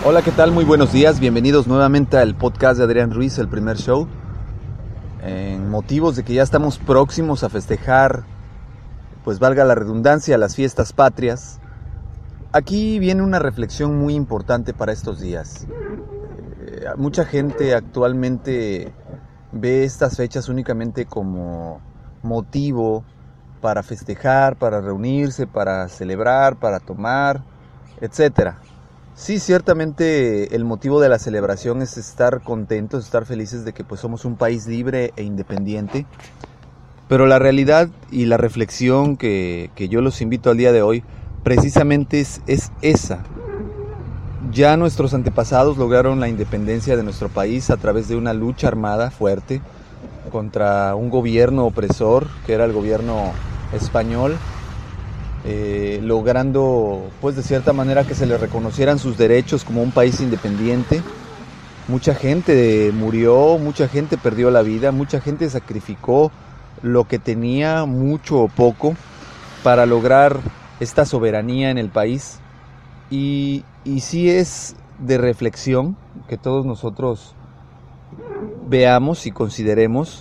Hola, ¿qué tal? Muy buenos días. Bienvenidos nuevamente al podcast de Adrián Ruiz, el primer show. En motivos de que ya estamos próximos a festejar, pues valga la redundancia, las fiestas patrias. Aquí viene una reflexión muy importante para estos días. Mucha gente actualmente ve estas fechas únicamente como motivo para festejar, para reunirse, para celebrar, para tomar, etcétera. Sí, ciertamente el motivo de la celebración es estar contentos, estar felices de que pues somos un país libre e independiente, pero la realidad y la reflexión que yo los invito al día de hoy precisamente es esa. Ya nuestros antepasados lograron la independencia de nuestro país a través de una lucha armada fuerte contra un gobierno opresor, que era el gobierno español, logrando pues de cierta manera que se le reconocieran sus derechos como un país independiente. Mucha gente murió, mucha gente perdió la vida, mucha gente sacrificó lo que tenía, mucho o poco, para lograr esta soberanía en el país. Y sí es de reflexión que todos nosotros veamos y consideremos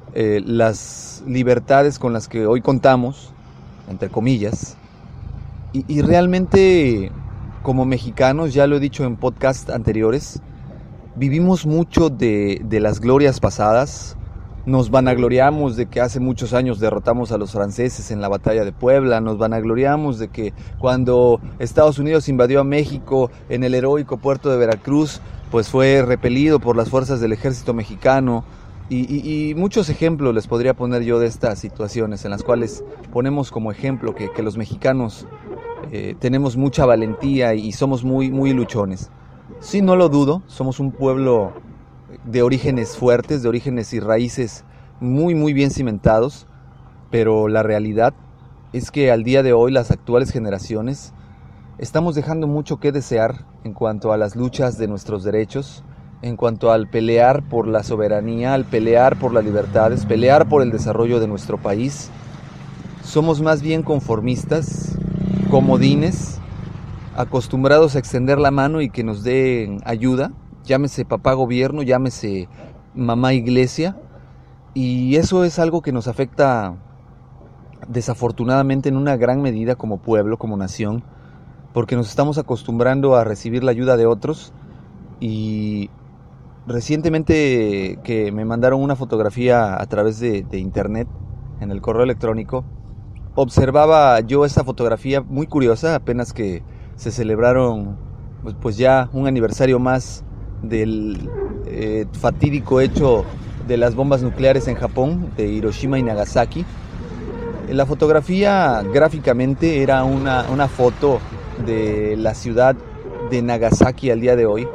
las libertades con las que hoy contamos, entre comillas, y realmente como mexicanos, ya lo he dicho en podcast anteriores, vivimos mucho de las glorias pasadas. Nos vanagloriamos de que hace muchos años derrotamos a los franceses en la batalla de Puebla, nos vanagloriamos de que cuando Estados Unidos invadió a México en el heroico puerto de Veracruz, pues fue repelido por las fuerzas del ejército mexicano. Y muchos ejemplos les podría poner yo de estas situaciones en las cuales ponemos como ejemplo que los mexicanos tenemos mucha valentía y somos muy luchones. Sí, no lo dudo, somos un pueblo de orígenes fuertes, de orígenes y raíces muy bien cimentados, pero la realidad es que al día de hoy las actuales generaciones estamos dejando mucho que desear en cuanto a las luchas de nuestros derechos, en cuanto al pelear por la soberanía, al pelear por las libertades, pelear por el desarrollo de nuestro país. Somos más bien conformistas, comodines, acostumbrados a extender la mano y que nos den ayuda, llámese papá gobierno, llámese mamá iglesia, y eso es algo que nos afecta desafortunadamente en una gran medida como pueblo, como nación, porque nos estamos acostumbrando a recibir la ayuda de otros. Y recientemente que me mandaron una fotografía a través de internet, en el correo electrónico, observaba yo esa fotografía muy curiosa, apenas que se celebraron pues ya un aniversario más del fatídico hecho de las bombas nucleares en Japón, de Hiroshima y Nagasaki. La fotografía gráficamente era una foto de la ciudad de Nagasaki al día de hoy,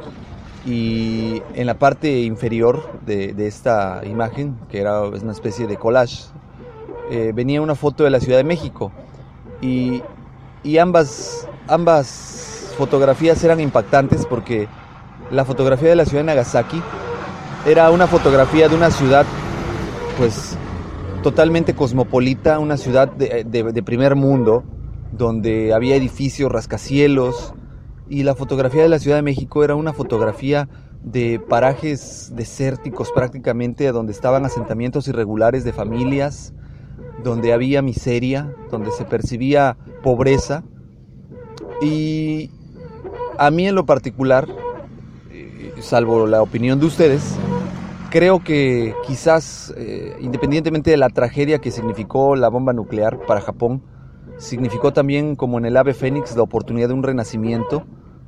y en la parte inferior de esta imagen, que era una especie de collage, venía una foto de la Ciudad de México, y ambas fotografías eran impactantes porque la fotografía de la ciudad de Nagasaki era una fotografía de una ciudad pues totalmente cosmopolita, una ciudad de primer mundo, donde había edificios, rascacielos, y la fotografía de la Ciudad de México era una fotografía de parajes desérticos prácticamente, donde estaban asentamientos irregulares de familias, donde había miseria, donde se percibía pobreza. Y a mí en lo particular, salvo la opinión de ustedes, creo que quizás, independientemente de la tragedia que significó la bomba nuclear para Japón, significó también, como en el ave fénix, la oportunidad de un renacimiento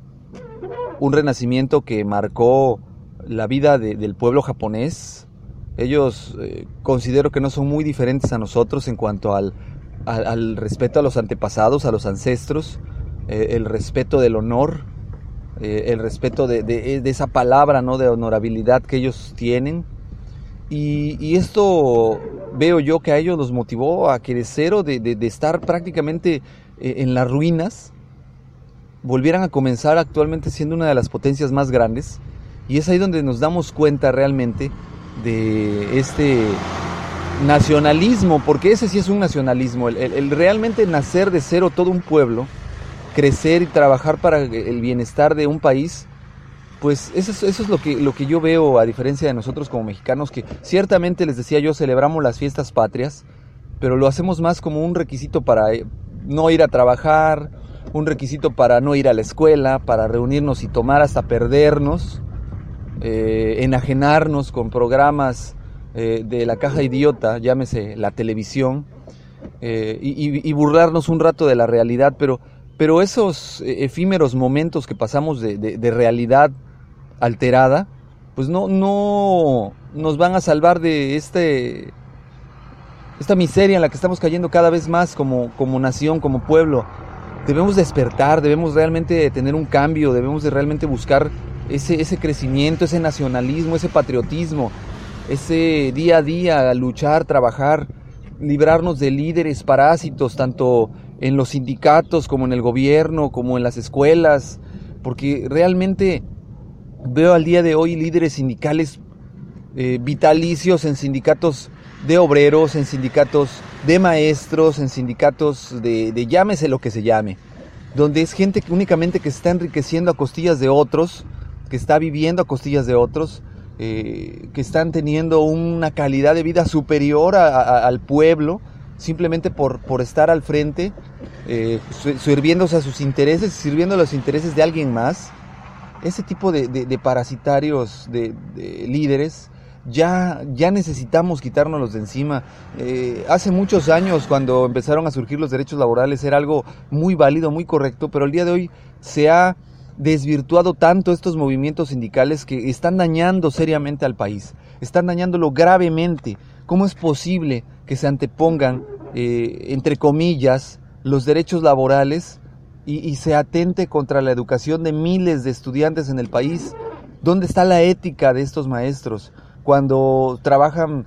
que marcó la vida del pueblo japonés. Ellos considero que no son muy diferentes a nosotros en cuanto al respeto a los antepasados, a los ancestros, el respeto del honor, el respeto de esa palabra, ¿no?, de honorabilidad que ellos tienen. Y esto veo yo que a ellos los motivó a que de cero, de estar prácticamente en las ruinas, volvieran a comenzar actualmente siendo una de las potencias más grandes. Y es ahí donde nos damos cuenta realmente de este nacionalismo, porque ese sí es un nacionalismo, el realmente nacer de cero todo un pueblo, crecer y trabajar para el bienestar de un país, pues eso es lo que yo veo, a diferencia de nosotros como mexicanos, que ciertamente, les decía yo, celebramos las fiestas patrias, pero lo hacemos más como un requisito para no ir a trabajar, un requisito para no ir a la escuela, para reunirnos y tomar hasta perdernos, enajenarnos con programas de la caja idiota, llámese la televisión, y burlarnos un rato de la realidad, pero esos efímeros momentos que pasamos de realidad alterada, pues no nos van a salvar de esta miseria en la que estamos cayendo cada vez más como nación, como pueblo. Debemos despertar, debemos realmente tener un cambio, debemos de realmente buscar ese crecimiento, ese nacionalismo, ese patriotismo, ese día a día, luchar, trabajar, librarnos de líderes parásitos, tanto en los sindicatos como en el gobierno, como en las escuelas, porque realmente veo al día de hoy líderes sindicales vitalicios en sindicatos de obreros, en sindicatos de maestros, en sindicatos de llámese lo que se llame, donde es gente que únicamente que se está enriqueciendo a costillas de otros, que está viviendo a costillas de otros, que están teniendo una calidad de vida superior al pueblo, simplemente por estar al frente, sirviéndose a sus intereses, sirviendo a los intereses de alguien más. Ese tipo de parasitarios, de líderes, ya necesitamos quitárnoslos de encima. Hace muchos años, cuando empezaron a surgir los derechos laborales, era algo muy válido, muy correcto, pero el día de hoy se ha desvirtuado tanto estos movimientos sindicales que están dañando seriamente al país, están dañándolo gravemente. ¿Cómo es posible que se antepongan, entre comillas, los derechos laborales y se atente contra la educación de miles de estudiantes en el país? ¿Dónde está la ética de estos maestros cuando trabajan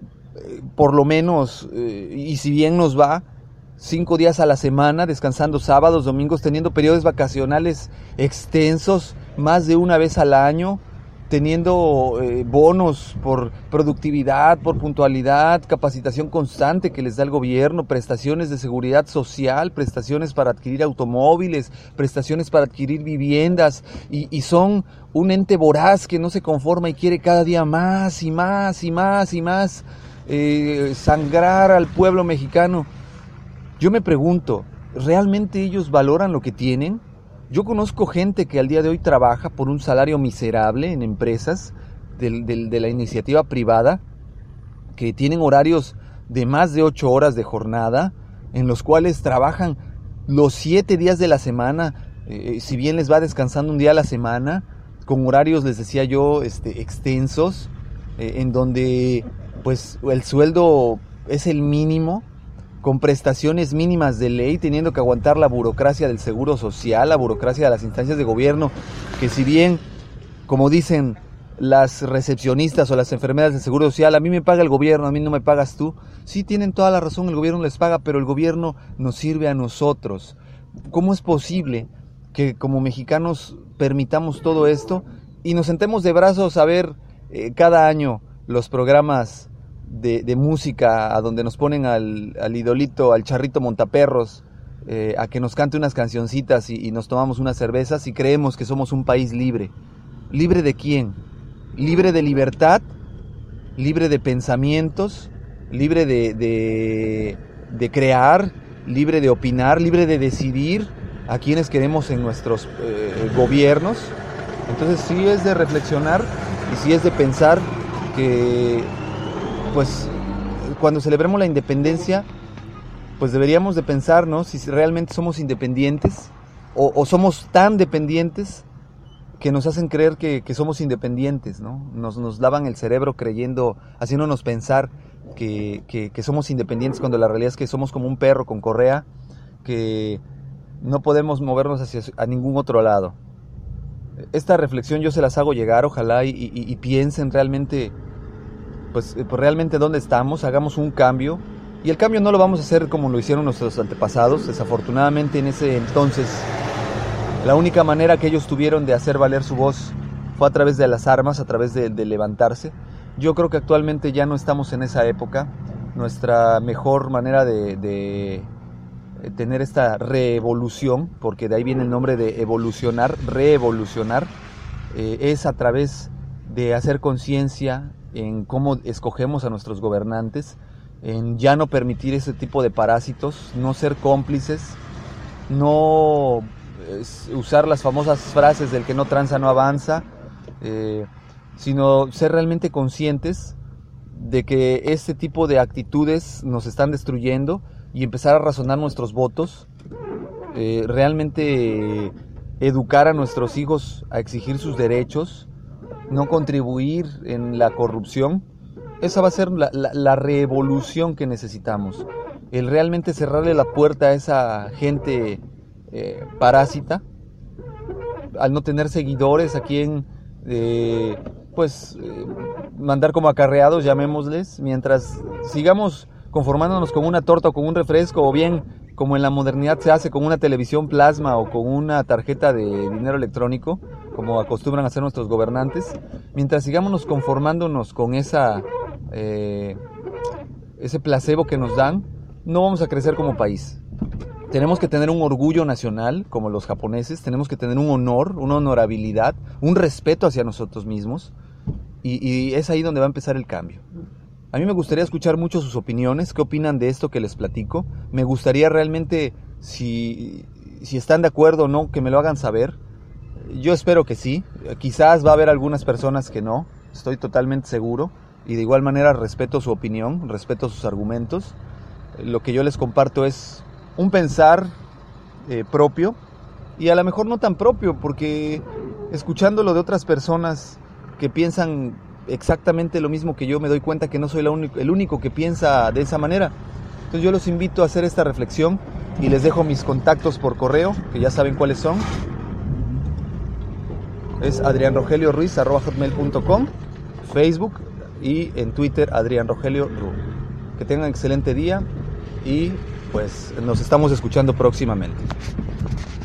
por lo menos, y si bien nos va, 5 días a la semana, descansando sábados, domingos, teniendo periodos vacacionales extensos, más de una vez al año, teniendo bonos por productividad, por puntualidad, capacitación constante que les da el gobierno, prestaciones de seguridad social, prestaciones para adquirir automóviles, prestaciones para adquirir viviendas, y son un ente voraz que no se conforma y quiere cada día más y más y más y más sangrar al pueblo mexicano. Yo me pregunto, ¿realmente ellos valoran lo que tienen? Yo conozco gente que al día de hoy trabaja por un salario miserable en empresas de la iniciativa privada, que tienen horarios de más de 8 horas de jornada, en los cuales trabajan los 7 días de la semana, si bien les va descansando un día a la semana, con horarios, les decía yo, extensos, en donde pues el sueldo es el mínimo, con prestaciones mínimas de ley, teniendo que aguantar la burocracia del seguro social, la burocracia de las instancias de gobierno, que si bien, como dicen las recepcionistas o las enfermeras del seguro social, a mí me paga el gobierno, a mí no me pagas tú. Sí, tienen toda la razón, el gobierno les paga, pero el gobierno nos sirve a nosotros. ¿Cómo es posible que como mexicanos permitamos todo esto y nos sentemos de brazos a ver cada año los programas de música, a donde nos ponen al idolito, al charrito montaperros, a que nos cante unas cancioncitas y nos tomamos unas cervezas y creemos que somos un país libre? ¿Libre de quién? ¿Libre de libertad? ¿Libre de pensamientos? ¿Libre de crear? ¿Libre de opinar? ¿Libre de decidir a quienes queremos en nuestros gobiernos? Entonces sí es de reflexionar y sí es de pensar que pues cuando celebremos la independencia, pues deberíamos de pensar, ¿no?, si realmente somos independientes o somos tan dependientes que nos hacen creer que somos independientes, ¿no? Nos lavan el cerebro creyendo, haciéndonos pensar que somos independientes, cuando la realidad es que somos como un perro con correa, que no podemos movernos a ningún otro lado. Esta reflexión yo se las hago llegar, ojalá y piensen realmente, pues realmente dónde estamos, hagamos un cambio. Y el cambio no lo vamos a hacer como lo hicieron nuestros antepasados. Desafortunadamente en ese entonces la única manera que ellos tuvieron de hacer valer su voz fue a través de las armas, a través de levantarse. Yo creo que actualmente ya no estamos en esa época. Nuestra mejor manera de tener esta revolución, porque de ahí viene el nombre de evolucionar, reevolucionar, es a través de hacer conciencia en cómo escogemos a nuestros gobernantes, en ya no permitir ese tipo de parásitos, no ser cómplices, no usar las famosas frases del que no tranza no avanza, sino ser realmente conscientes de que este tipo de actitudes nos están destruyendo y empezar a razonar nuestros votos, realmente educar a nuestros hijos a exigir sus derechos, no contribuir en la corrupción. Esa va a ser la revolución que necesitamos, el realmente cerrarle la puerta a esa gente parásita, al no tener seguidores a quien mandar como acarreados, llamémosles, mientras sigamos conformándonos con una torta o con un refresco, o bien como en la modernidad se hace con una televisión plasma o con una tarjeta de dinero electrónico, como acostumbran a hacer nuestros gobernantes, mientras sigamos conformándonos con ese placebo que nos dan, no vamos a crecer como país. Tenemos que tener un orgullo nacional, como los japoneses, tenemos que tener un honor, una honorabilidad, un respeto hacia nosotros mismos, y es ahí donde va a empezar el cambio. A mí me gustaría escuchar mucho sus opiniones, qué opinan de esto que les platico. Me gustaría realmente, si están de acuerdo o no, que me lo hagan saber. Yo espero que sí, quizás va a haber algunas personas que no, estoy totalmente seguro, y de igual manera respeto su opinión, respeto sus argumentos. Lo que yo les comparto es un pensar propio, y a lo mejor no tan propio, porque escuchándolo de otras personas que piensan exactamente lo mismo que yo, me doy cuenta que no soy el único que piensa de esa manera. Entonces yo los invito a hacer esta reflexión y les dejo mis contactos por correo, que ya saben cuáles son. Es adrianrogelioruiz@hotmail.com, Facebook, y en Twitter adrianrogelio.ru. Que tengan excelente día y pues nos estamos escuchando próximamente.